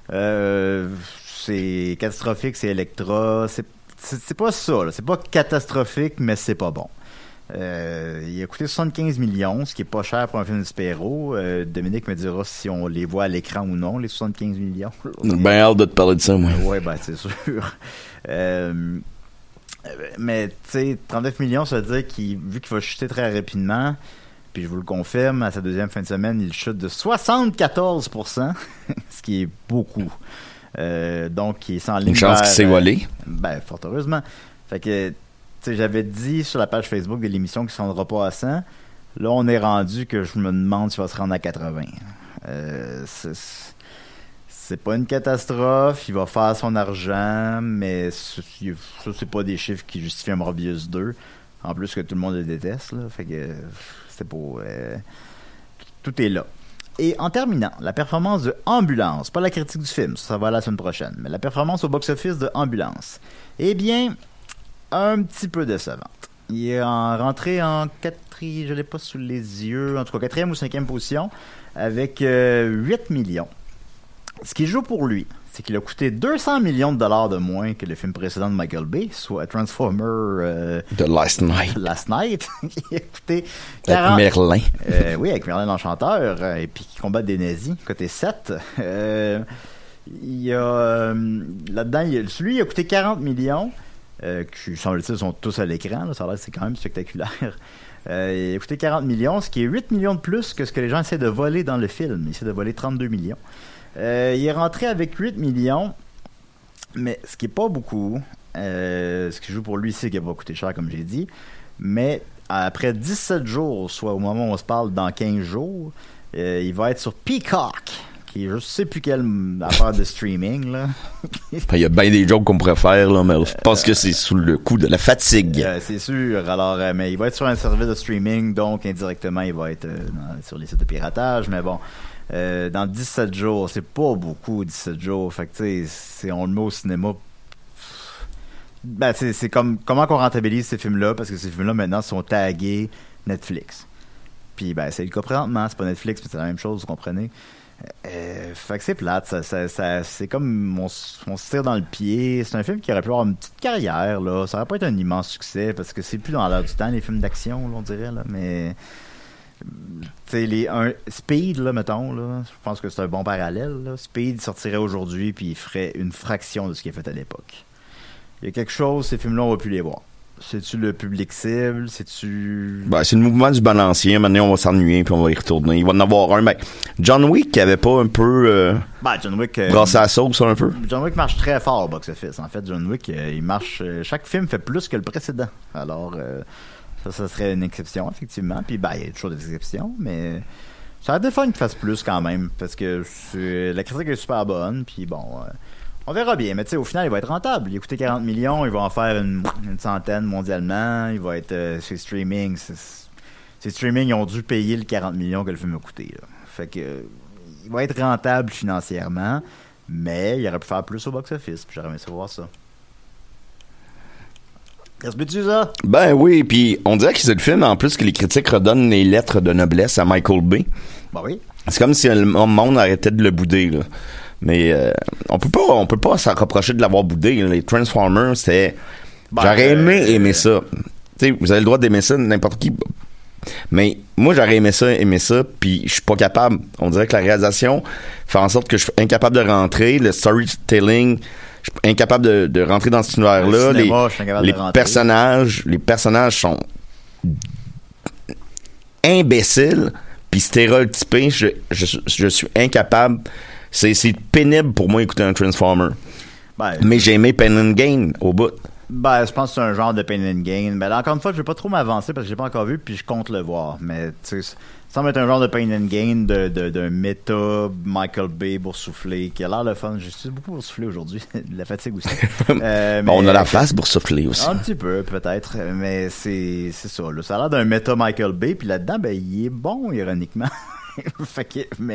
C'est catastrophique, c'est Elektra. C'est pas ça, là. C'est pas catastrophique, mais c'est pas bon. Il a coûté 75 millions, ce qui est pas cher pour un film de super-héros. Dominique me dira si on les voit à l'écran ou non, les 75 millions. Ben hâte de te parler de ça, moi. Ouais, ben c'est sûr. Mais tu sais, 39 millions, ça veut dire vu qu'il va chuter très rapidement, puis je vous le confirme, à sa deuxième fin de semaine, il chute de 74%, ce qui est beaucoup. Donc, il est sans ligne. Une chance qu'il s'est volé. Ben, fort heureusement. Fait que, tu sais, j'avais dit sur la page Facebook de l'émission qu'il ne se rendra pas à 100. Là, on est rendu que je me demande s'il va se rendre à 80. C'est pas une catastrophe, il va faire son argent, mais ça, c'est pas des chiffres qui justifient un Morbius 2. En plus que tout le monde le déteste, là. Fait que c'est pas... tout est là. Et en terminant, la performance de Ambulance, pas la critique du film, ça va la semaine prochaine, mais la performance au box-office de Ambulance, eh bien, un petit peu décevante. Il est rentré en je l'ai pas sous les yeux, en tout cas 4e ou 5e position, avec 8 millions. Ce qui joue pour lui, c'est qu'il a coûté 200 millions de dollars de moins que le film précédent de Michael Bay, soit Transformer The Last Night. Last Night. Il a coûté 40... Avec Merlin. Oui, avec Merlin l'Enchanteur, et puis qui combat des nazis, côté 7. Il y a là-dedans, celui il a coûté 40 millions, qui semble-t-il sont tous à l'écran, là, ça a l'air c'est quand même spectaculaire. Il a coûté 40 millions, ce qui est 8 millions de plus que ce que les gens essaient de voler dans le film. Ils essaient de voler 32 millions. Il est rentré avec 8 millions, mais ce qui est pas beaucoup. Ce qui joue pour lui, c'est qu'il va coûter cher, comme j'ai dit. Mais après 17 jours, soit au moment où on se parle dans 15 jours, il va être sur Peacock, qui est je sais plus quelle affaire de streaming, là. Il y a bien des jokes qu'on pourrait faire, là, mais je pense que c'est sous le coup de la fatigue. C'est sûr. Alors, mais il va être sur un service de streaming, donc indirectement, il va être sur les sites de piratage, mais bon. Dans 17 jours, c'est pas beaucoup 17 jours, fait que tu sais, on le met au cinéma. Ben c'est comme comment qu'on rentabilise ces films-là, parce que ces films-là maintenant sont tagués Netflix. Puis ben c'est le cas présentement, c'est pas Netflix, mais c'est la même chose, vous comprenez. Fait que c'est plate, ça c'est comme on se tire dans le pied. C'est un film qui aurait pu avoir une petite carrière, là. Ça aurait pas été un immense succès, parce que c'est plus dans l'air du temps les films d'action, là, on dirait, là, mais tu sais, Speed, là, mettons, là, je pense que c'est un bon parallèle, là. Speed sortirait aujourd'hui, puis il ferait une fraction de ce qu'il a fait à l'époque. Il y a quelque chose, ces films-là, on va plus les voir. C'est-tu le public cible? C'est-tu... Ben, c'est le mouvement du balancier. Maintenant, on va s'ennuyer, puis on va y retourner. Il va en avoir un. Mais John Wick, qui avait pas un peu John Wick, brassé à la sauce, un peu? John Wick marche très fort au box-office. En fait, John Wick, il marche... chaque film fait plus que le précédent. Alors... Ça serait une exception, effectivement. Puis, il y a toujours des exceptions, mais ça a des fois qu'il fasse plus quand même, parce que la critique est super bonne, puis bon, on verra bien. Mais tu sais, au final, il va être rentable. Il a coûté 40 millions, il va en faire une centaine mondialement, il va être ses streaming. Ses streaming, ils ont dû payer le 40 millions que le film a coûté, là. Fait que, il va être rentable financièrement, mais il aurait pu faire plus au box-office, puis j'aurais aimé savoir ça. Respectes-tu ça? Ben oui, puis on dirait que c'est le film, en plus, que les critiques redonnent les lettres de noblesse à Michael Bay. Ben oui. C'est comme si le monde arrêtait de le bouder, là. Mais on peut pas s'en reprocher de l'avoir boudé. Les Transformers, c'était... J'aurais aimé ça. Tu sais, vous avez le droit d'aimer ça, n'importe qui. Mais moi, j'aurais aimé ça, puis je suis pas capable. On dirait que la réalisation fait en sorte que je suis incapable de rentrer. Le storytelling, je suis incapable de rentrer dans cet univers-là. Le cinéma, je suis incapable de rentrer. Les personnages sont imbéciles, puis stéréotypés. Je suis incapable. C'est pénible pour moi écouter un Transformer. Ben, Mais j'ai aimé Pain and Gain au bout. Ben, je pense que c'est un genre de pain and gain. Ben, là, encore une fois, je vais pas trop m'avancer parce que j'ai pas encore vu, puis je compte le voir. Mais, tu sais, ça semble être un genre de pain and gain d'un méta Michael Bay boursouflé qui a l'air le fun. Je suis beaucoup boursouflé aujourd'hui. De la fatigue aussi. Mais, On a la face boursouflée aussi. Un petit peu, peut-être. Mais c'est ça, là. Ça a l'air d'un méta Michael Bay, puis là-dedans, ben, il est bon, ironiquement. Fait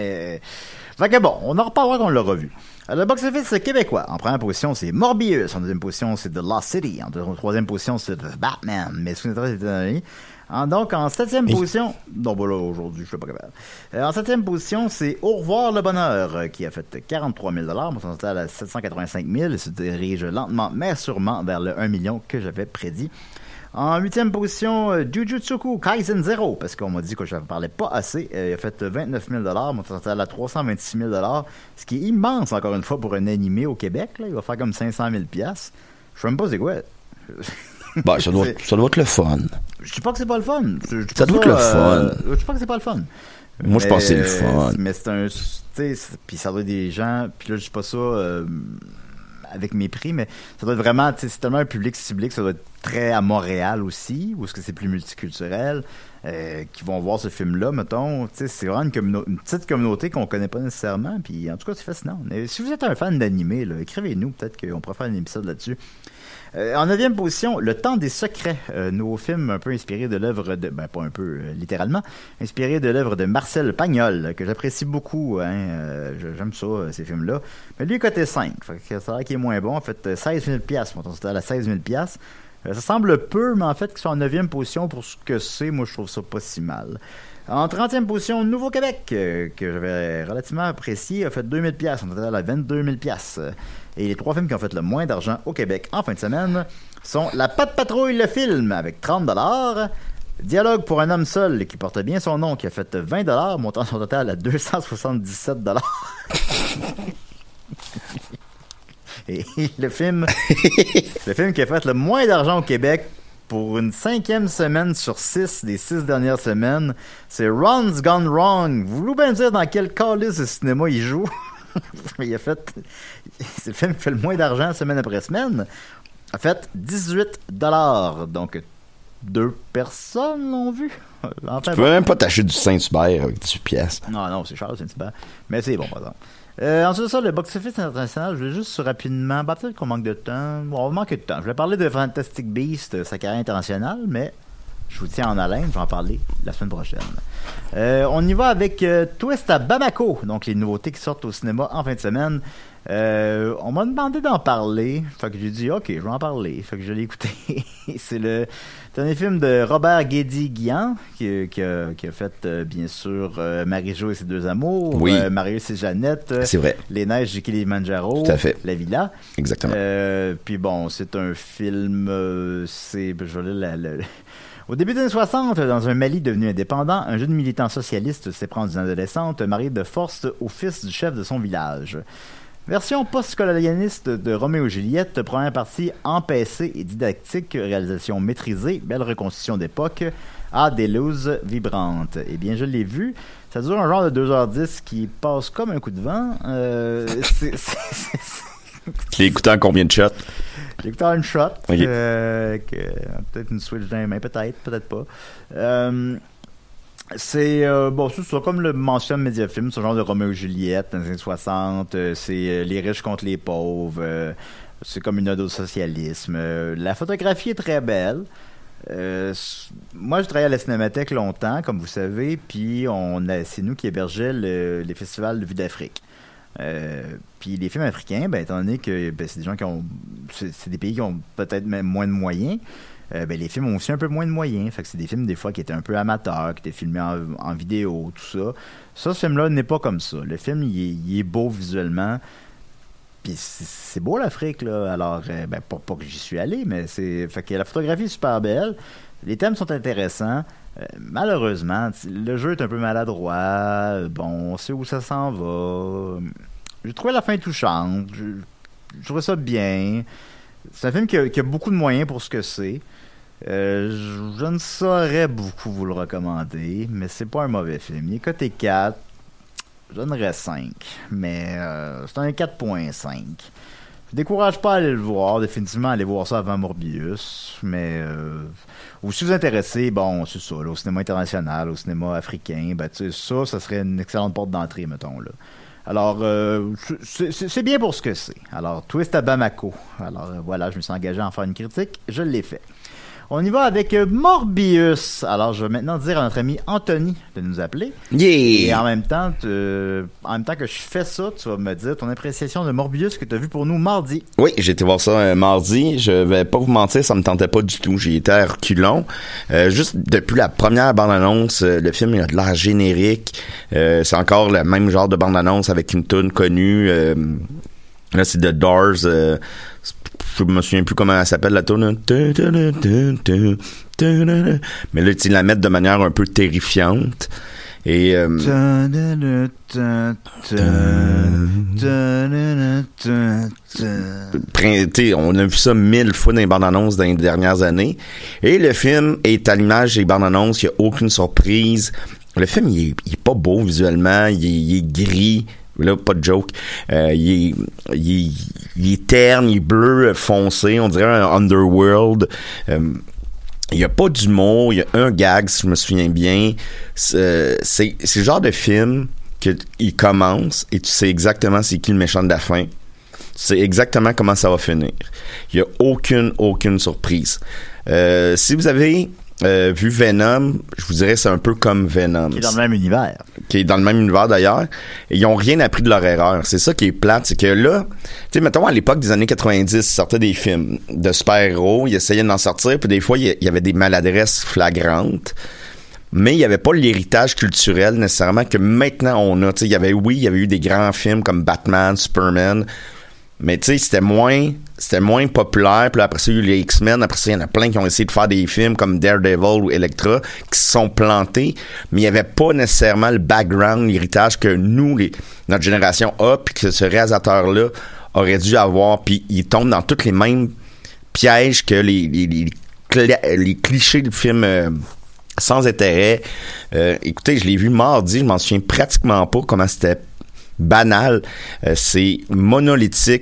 que bon, on en reparlera quand on l'aura vu. Le box-office québécois. En première position, c'est Morbius. En deuxième position, c'est The Lost City. En troisième position, c'est The Batman. Mais ce donc, en septième position... Non, bon là, aujourd'hui, je suis pas capable. En septième position, c'est Au revoir le bonheur, qui a fait 43 000 $. Mon total à 785 000. Il se dirige lentement, mais sûrement vers le 1 million que j'avais prédit. En huitième position, Jujutsu Kaisen 0, parce qu'on m'a dit que je ne parlais pas assez. Il a fait 29 000 $, mon total à 326 000 $, ce qui est immense, encore une fois, pour un animé au Québec. Là. Il va faire comme 500 000 $. Je sais même pas c'est quoi. Ben, ça doit être le fun. Je dis pas que c'est pas le fun. Ça doit être le fun. Je dis pas que c'est pas le fun. Moi, je pense que c'est le fun. Mais c'est un... Tu sais, puis ça doit être des gens... Puis là, je dis pas ça... avec mépris, mais ça doit être vraiment, tu sais, c'est tellement un public ciblé que ça doit être très à Montréal aussi, où est-ce que c'est plus multiculturel, qui vont voir ce film-là, mettons, tu sais, c'est vraiment une petite communauté qu'on connaît pas nécessairement, puis en tout cas, c'est fascinant. Mais si vous êtes un fan d'animé, là, écrivez-nous, peut-être qu'on pourra faire un épisode là-dessus. En 9e position, Le Temps des Secrets, nouveau film un peu inspiré de l'œuvre de... Ben, pas un peu, littéralement, inspiré de l'œuvre de Marcel Pagnol, que j'apprécie beaucoup, hein, j'aime ça, ces films-là. Mais lui, côté 5, fait que ça a l'air qu'il est moins bon, en fait, 16 000 $, mon total à 16 000 $. Ça semble peu, mais en fait, qu'ils sont en 9e position pour ce que c'est, moi, je trouve ça pas si mal. En 30e position, Nouveau-Québec, que j'avais relativement apprécié, a fait 2 000 $, on total à 22 000 $. Et les trois films qui ont fait le moins d'argent au Québec en fin de semaine sont La Patte Patrouille, le film, avec 30 $, Dialogue pour un homme seul, qui porte bien son nom, qui a fait 20 $, montant son total à 277 $. Et le film qui a fait le moins d'argent au Québec pour une 5e semaine sur 6 des 6 dernières semaines, c'est Ron's Gone Wrong. Vous voulez bien dire dans quel calice de cinéma il joue? C'est le film qui fait le moins d'argent semaine après semaine. A fait 18 $. Donc, 2 personnes l'ont vu. Enfin, Tu peux même pas t'acheter du Saint-Hubert avec 18 pièces. Non, c'est cher, c'est super. Mais c'est bon, par exemple. Ensuite de ça, le box-office international, je vais juste rapidement... peut-être qu'on manque de temps. Bon, on va manquer de temps. Je vais parler de Fantastic Beasts, sa carrière internationale, mais je vous tiens en haleine, je vais en parler la semaine prochaine. On y va avec Twist à Bamako, donc les nouveautés qui sortent au cinéma en fin de semaine. On m'a demandé d'en parler, fait que j'ai dit ok, je vais en parler, fait que je l'ai écouté. C'est le dernier film de Robert Guédiguian qui a fait bien sûr Marie-Jo et ses deux amours, oui. Marius et Jeannette, C'est vrai. Les neiges du Kilimanjaro, Tout à fait. La Villa. Exactement. Puis bon, c'est un film, je vais lire Au début des années 60, dans un Mali devenu indépendant, un jeune militant socialiste s'éprend d'une adolescente mariée de force au fils du chef de son village. Version post-colonialiste de Roméo et Juliette, première partie empêchée et didactique, réalisation maîtrisée, belle reconstitution d'époque, à des looses vibrantes. Eh bien, je l'ai vu. Ça dure un genre de 2h10 qui passe comme un coup de vent. Tu l'as écouté en combien de shots? J'ai écouté en une shot. Okay. Peut-être une Switch dans les mains, peut-être pas. C'est ça, comme le mentionne Mediafilm, ce genre de Roméo et Juliette dans les années 60, c'est les riches contre les pauvres, c'est comme une ode au socialisme. La photographie est très belle. Moi, je travaillais à la Cinémathèque longtemps, comme vous savez, puis c'est nous qui hébergeons les festivals de Vue d'Afrique. Puis les films africains, étant donné que c'est des gens qui ont... C'est des pays qui ont peut-être même moins de moyens, les films ont aussi un peu moins de moyens. Fait que c'est des films, des fois, qui étaient un peu amateurs, qui étaient filmés en vidéo, tout ça. Ça, ce film-là n'est pas comme ça. Le film, il est beau visuellement. Puis c'est beau, l'Afrique, là. Alors, pas que j'y suis allé, mais c'est... Fait que la photographie est super belle. Les thèmes sont intéressants. Malheureusement, le jeu est un peu maladroit. Bon, on sait où ça s'en va. J'ai trouvé la fin touchante. Je trouvais ça bien. C'est un film qui a beaucoup de moyens pour ce que c'est. Je ne saurais beaucoup vous le recommander, mais c'est pas un mauvais film. Il est coté 4. Je donnerais 5, mais c'est un 4.5. Je décourage pas à aller le voir, définitivement aller voir ça avant Morbius, mais ou si vous intéressez, bon, c'est ça, là, au cinéma international, au cinéma africain, ben tu sais, ça serait une excellente porte d'entrée, mettons, là. Alors, c'est bien pour ce que c'est. Alors, Twist à Bamako. Alors, voilà, je me suis engagé à en faire une critique, je l'ai fait. On y va avec Morbius. Alors, je vais maintenant dire à notre ami Anthony de nous appeler. Yeah! Et en même temps que je fais ça, tu vas me dire ton appréciation de Morbius que tu as vu pour nous mardi. Oui, j'ai été voir ça mardi. Je vais pas vous mentir, ça me tentait pas du tout. J'ai été à reculons. Juste depuis la première bande-annonce, le film il a de l'air générique. C'est encore le même genre de bande-annonce avec une toune connue. Là, c'est The Doors. Je me souviens plus comment elle s'appelle la toune. Mais là, ils la mettent de manière un peu terrifiante. Et on a vu ça 1000 fois dans les bandes annonces dans les dernières années. Et le film est à l'image des bandes annonces. Il n'y a aucune surprise. Le film, il est pas beau visuellement. Il est gris. Là, pas de joke. Il est terne, il est bleu foncé. On dirait un Underworld. Il y a pas d'humour, il y a un gag, si je me souviens bien. C'est le genre de film que il commence et tu sais exactement c'est qui le méchant de la fin. Tu sais exactement comment ça va finir. Il y a aucune surprise. Si vous avez vu Venom, je vous dirais c'est un peu comme Venom. Qui est dans le même univers. Qui est dans le même univers d'ailleurs. Et ils ont rien appris de leur erreur. C'est ça qui est plate, c'est que là, tu sais, mettons à l'époque des années 90, ils sortaient des films de super-héros, ils essayaient d'en sortir, puis des fois, il y avait des maladresses flagrantes. Mais il n'y avait pas l'héritage culturel nécessairement que maintenant on a. Tu sais, il y avait eu des grands films comme Batman, Superman. Mais tu sais, c'était moins populaire. Puis là, après ça, il y a eu les X-Men. Après ça, il y en a plein qui ont essayé de faire des films comme Daredevil ou Elektra qui se sont plantés. Mais il n'y avait pas nécessairement le background, l'héritage que notre génération a, puis que ce réalisateur-là aurait dû avoir. Puis il tombe dans tous les mêmes pièges que les clichés du film sans intérêt. Écoutez, je l'ai vu mardi. Je m'en souviens pratiquement pas comment c'était banal, c'est monolithique.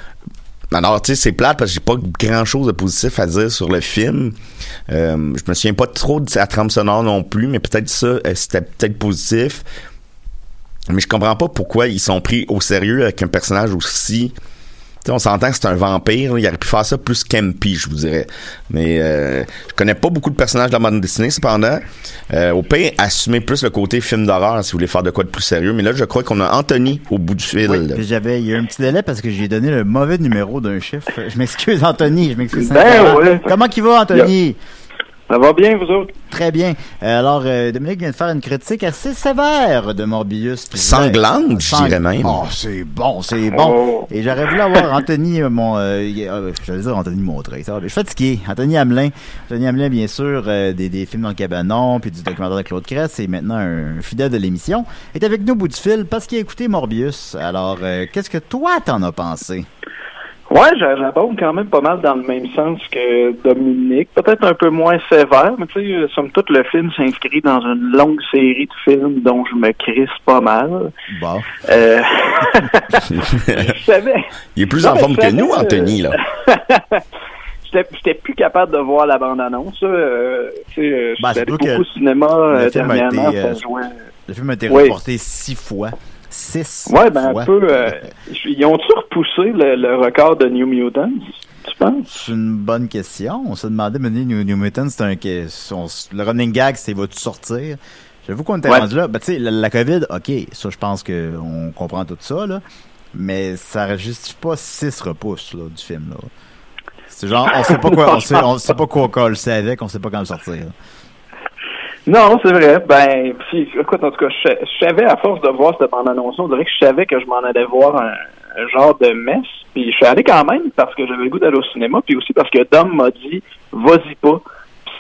Alors, tu sais, c'est plate parce que j'ai pas grand-chose de positif à dire sur le film. Je me souviens pas trop de la trame sonore non plus, mais peut-être ça, c'était peut-être positif. Mais je comprends pas pourquoi ils sont pris au sérieux avec un personnage aussi... T'sais, on s'entend que c'est un vampire, là, il aurait pu faire ça plus campy, je vous dirais. Mais je connais pas beaucoup de personnages de la bande dessinée, cependant. Au pire, assumez plus le côté film d'horreur si vous voulez faire de quoi de plus sérieux. Mais là, je crois qu'on a Anthony au bout du fil. Oui, il y a un petit délai parce que j'ai donné le mauvais numéro d'un chiffre. Je m'excuse, Anthony, je m'excuse. Ouais. Comment qu'il va, Anthony? Ça va bien, vous autres? Très bien. Alors, Dominique vient de faire une critique assez sévère de Morbius. Sanglante, je dirais même. Oh, c'est bon. Oh. Et j'aurais voulu avoir Anthony, j'allais dire Anthony Montreuil. Je suis fatigué. Anthony Hamelin, bien sûr, des films dans le cabanon, puis du documentaire de Claude Crest, et maintenant un fidèle de l'émission, est avec nous au bout du fil parce qu'il a écouté Morbius. Alors, qu'est-ce que toi t'en as pensé? Ouais, j'aborde quand même pas mal dans le même sens que Dominique. Peut-être un peu moins sévère, mais tu sais, somme toute, le film s'inscrit dans une longue série de films dont je me crisse pas mal. Bon. Je savais. Il est plus en forme que nous, Anthony, là. J'étais plus capable de voir la bande-annonce. J'étais allé beaucoup au cinéma dernièrement. Le film a été reporté 6 fois. 6 ouais, ben un peu. Ils ont-tu repoussé le record de New Mutants, tu penses? C'est une bonne question. On s'est demandé, mais New Mutants, le running gag, c'est va-tu sortir? J'avoue qu'on était rendu là. Ben, tu sais, la COVID, OK, ça, je pense qu'on comprend tout ça, là. Mais ça justifie pas 6 repousses, là, du film, là. C'est genre, on sait pas quoi, on sait pas quoi coller avec, on sait pas quand le sortir, là. Non, c'est vrai. Ben, puis, écoute, en tout cas, je savais, à force de voir cette bande-annonce, on dirait que je savais que je m'en allais voir un genre de messe. Puis je suis allé quand même parce que j'avais le goût d'aller au cinéma, puis aussi parce que Dom m'a dit, vas-y pas. Puis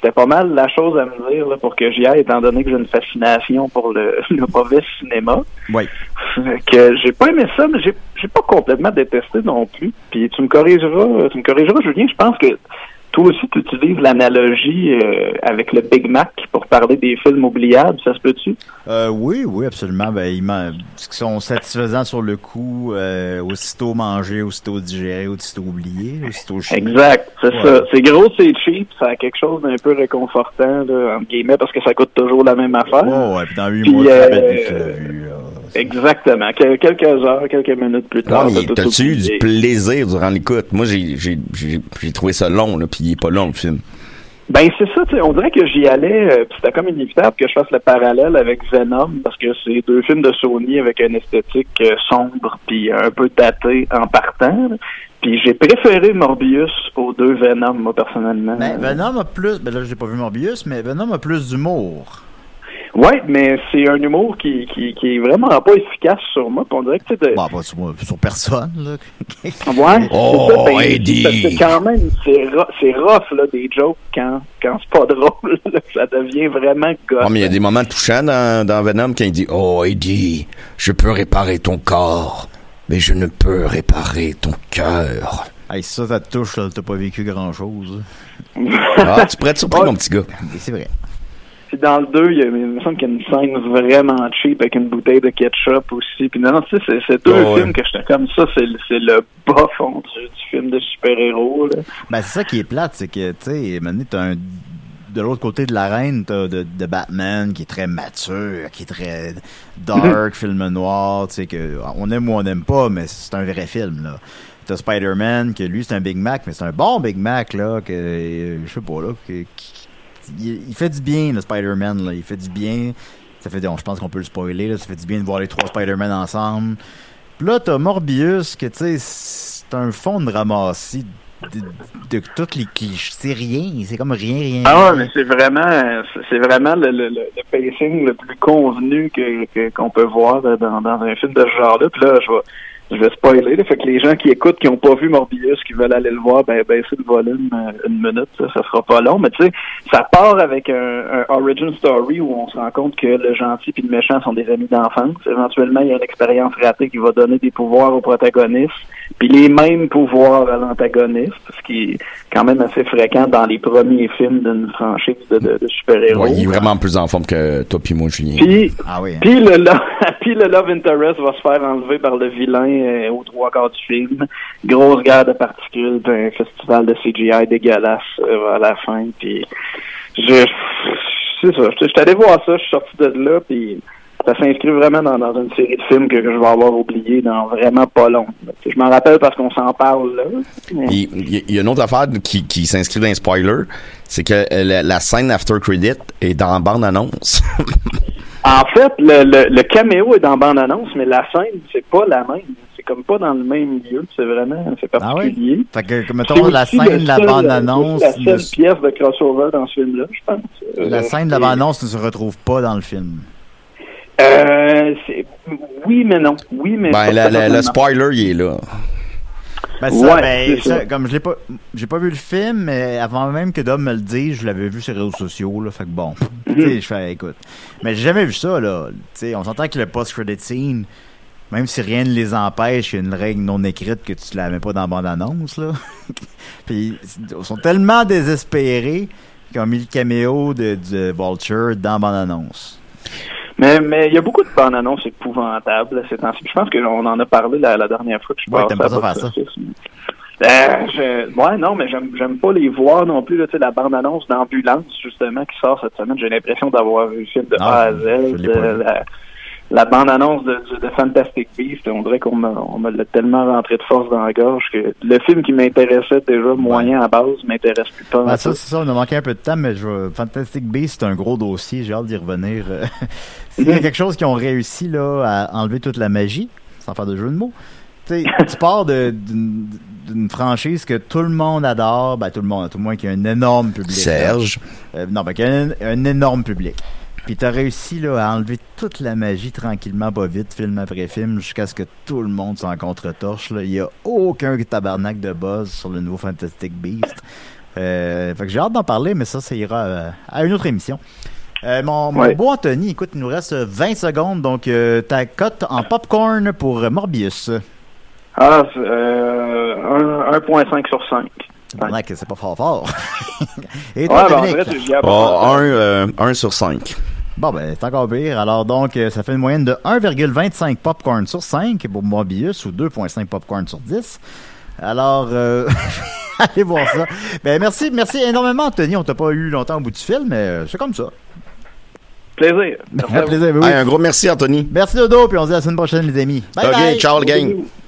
c'était pas mal la chose à me dire là, pour que j'y aille, étant donné que j'ai une fascination pour le mauvais cinéma. Oui. Que j'ai pas aimé ça, mais j'ai pas complètement détesté non plus. Puis tu me corrigeras, Julien, je pense que toi aussi, tu utilises l'analogie avec le Big Mac pour parler des films oubliables, ça se peut-tu? Oui, absolument. Ben, qui sont satisfaisants sur le coup, aussitôt mangés, aussitôt digérés, aussitôt oubliés, aussitôt chiés. Exact, c'est ça. C'est gros, c'est cheap, ça a quelque chose d'un peu réconfortant, là, entre guillemets, parce que ça coûte toujours la même affaire. Oh, ouais, puis dans 8 mois, tu l'as vu. Exactement. Quelques heures, quelques minutes plus tard. Ouais, t'as-tu eu du plaisir durant l'écoute? Moi, j'ai trouvé ça long, là, puis il est pas long, le film. Ben, c'est ça, tu sais, on dirait que j'y allais, puis c'était comme inévitable que je fasse le parallèle avec Venom, parce que c'est 2 films de Sony avec une esthétique sombre, puis un peu daté en partant, là. Puis j'ai préféré Morbius aux 2 Venom, moi, personnellement. Ben, Venom a plus, ben là, j'ai pas vu Morbius, mais Venom a plus d'humour. Ouais, mais c'est un humour qui est vraiment pas efficace sur moi. On dirait que tu sais. Bah, pas sur moi, sur personne, là. Ouais. Oh, c'est ça, ben, Eddie! parce que quand même, c'est rough, là, des jokes quand c'est pas drôle, là, ça devient vraiment gosse. Oh, mais il y a des moments touchants dans Venom quand il dit « Oh, Eddie, je peux réparer ton corps, mais je ne peux réparer ton cœur. » Hey, ça te touche, là, t'as pas vécu grand-chose. Ah, tu pourrais être surpris, mon petit gars. C'est vrai. Puis dans le 2, il me semble qu'il y a une scène vraiment cheap avec une bouteille de ketchup aussi. Puis non, tu sais, c'est 2 films que j'étais comme ça, c'est le bas fond du film de super-héros, là. Ben, c'est ça qui est plate, c'est que, tu sais, maintenant, t'as de l'autre côté de l'arène, t'as de Batman qui est très mature, qui est très dark, film noir, tu sais, que on aime ou on n'aime pas, mais c'est un vrai film, là. T'as Spider-Man, que lui, c'est un Big Mac, mais c'est un bon Big Mac, là, que, je sais pas, là, il fait du bien, le Spider-Man, là. Il fait du bien. Ça fait, je pense qu'on peut le spoiler, là. Ça fait du bien de voir les 3 Spider-Man ensemble. Puis là, t'as Morbius, que, tu sais, c'est un fond de ramassis de toutes les clichés. C'est rien. C'est comme rien. Ah ouais, mais c'est vraiment le pacing le plus convenu qu'on peut voir dans un film de ce genre-là. Puis là, je vais spoiler, là, fait que les gens qui écoutent, qui n'ont pas vu Morbius, qui veulent aller le voir, ben baissez le volume 1 minute, ça sera pas long, mais tu sais, ça part avec un origin story où on se rend compte que le gentil puis le méchant sont des amis d'enfance. Éventuellement, il y a une expérience ratée qui va donner des pouvoirs au protagoniste, puis les mêmes pouvoirs à l'antagoniste, ce qui est quand même assez fréquent dans les premiers films d'une franchise de super-héros. Ouais, il est vraiment plus en forme que toi puis moi, Julien. Puis le love interest va se faire enlever par le vilain aux 3 quarts du film. Grosse guerre de particules, un festival de CGI dégueulasse à la fin. Puis c'est ça. Je suis allé voir ça, je suis sorti de là, puis ça s'inscrit vraiment dans une série de films que je vais avoir oublié dans vraiment pas long. Je m'en rappelle parce qu'on s'en parle là. Il y a une autre affaire qui s'inscrit dans les spoilers, c'est que la scène after credit est dans la bande-annonce. En fait, le caméo est dans bande-annonce, mais la scène, c'est pas la même. C'est comme pas dans le même lieu. C'est particulier. Ah ouais? Fait que, mettons, la scène de la bande-annonce... C'est la seule pièce de crossover dans ce film-là, je pense. La scène de la bande-annonce ne se retrouve pas dans le film. Oui, mais non. Oui, mais le spoiler, il est là. Ben ça, comme j'ai pas vu le film, mais avant même que Dom me le dise, je l'avais vu sur les réseaux sociaux, là, fait que bon, tu sais, je fais, écoute, mais j'ai jamais vu ça, là, tu sais, on s'entend que le post-credit scene, même si rien ne les empêche, il y a une règle non écrite que tu la mets pas dans la bande-annonce, là, puis ils sont tellement désespérés qu'ils ont mis le caméo de Vulture dans la bande-annonce. Mais il y a beaucoup de bandes annonces épouvantables ces temps-ci. Je pense qu'on en a parlé la dernière fois que je parlais. Ouais, t'aimes pas ça faire ça? Ouais, non, mais j'aime pas les voir non plus. Tu sais, la bande-annonce d'Ambulance, justement, qui sort cette semaine, j'ai l'impression d'avoir vu le film de A à Z. La bande-annonce de Fantastic Beasts, on dirait qu'on me l'a tellement rentré de force dans la gorge que le film qui m'intéressait déjà moyen à base m'intéresse plus pas. Ben ça, c'est ça, on a manqué un peu de temps, mais Fantastic Beasts, c'est un gros dossier, j'ai hâte d'y revenir. S'il y a quelque chose qu'ils ont réussi là à enlever toute la magie, sans faire de jeu de mots, tu pars d'une franchise que tout le monde adore, ben tout le monde, à tout le moins qu'il y a un énorme public. Serge. Qu'il y a un énorme public. Puis t'as réussi là à enlever toute la magie tranquillement, pas vite, film après film, jusqu'à ce que tout le monde soit en contre-torche. Il y a aucun tabarnak de buzz sur le nouveau Fantastic Beast. Fait que j'ai hâte d'en parler, mais ça ira à une autre émission. Mon beau Anthony, écoute, il nous reste 20 secondes, donc ta cote en popcorn pour Morbius. Ah, 1.5 sur 5. C'est pas fort. Et Ouais, toi, ben, en Dominique? vrai, j'y ai 1 sur 5. Bon, ben, c'est encore pire. Alors, donc, ça fait une moyenne de 1,25 popcorn sur 5 pour Morbius ou 2,5 popcorn sur 10. Alors, allez voir ça. Ben, merci énormément, Anthony. On t'a pas eu longtemps au bout du film, mais c'est comme ça. Plaisir. Merci à vous. Plaisir, oui. Hey, un gros merci, Anthony. Merci, Dodo, puis on se dit à la semaine prochaine, les amis. Bye, OK, bye. ciao, le gang.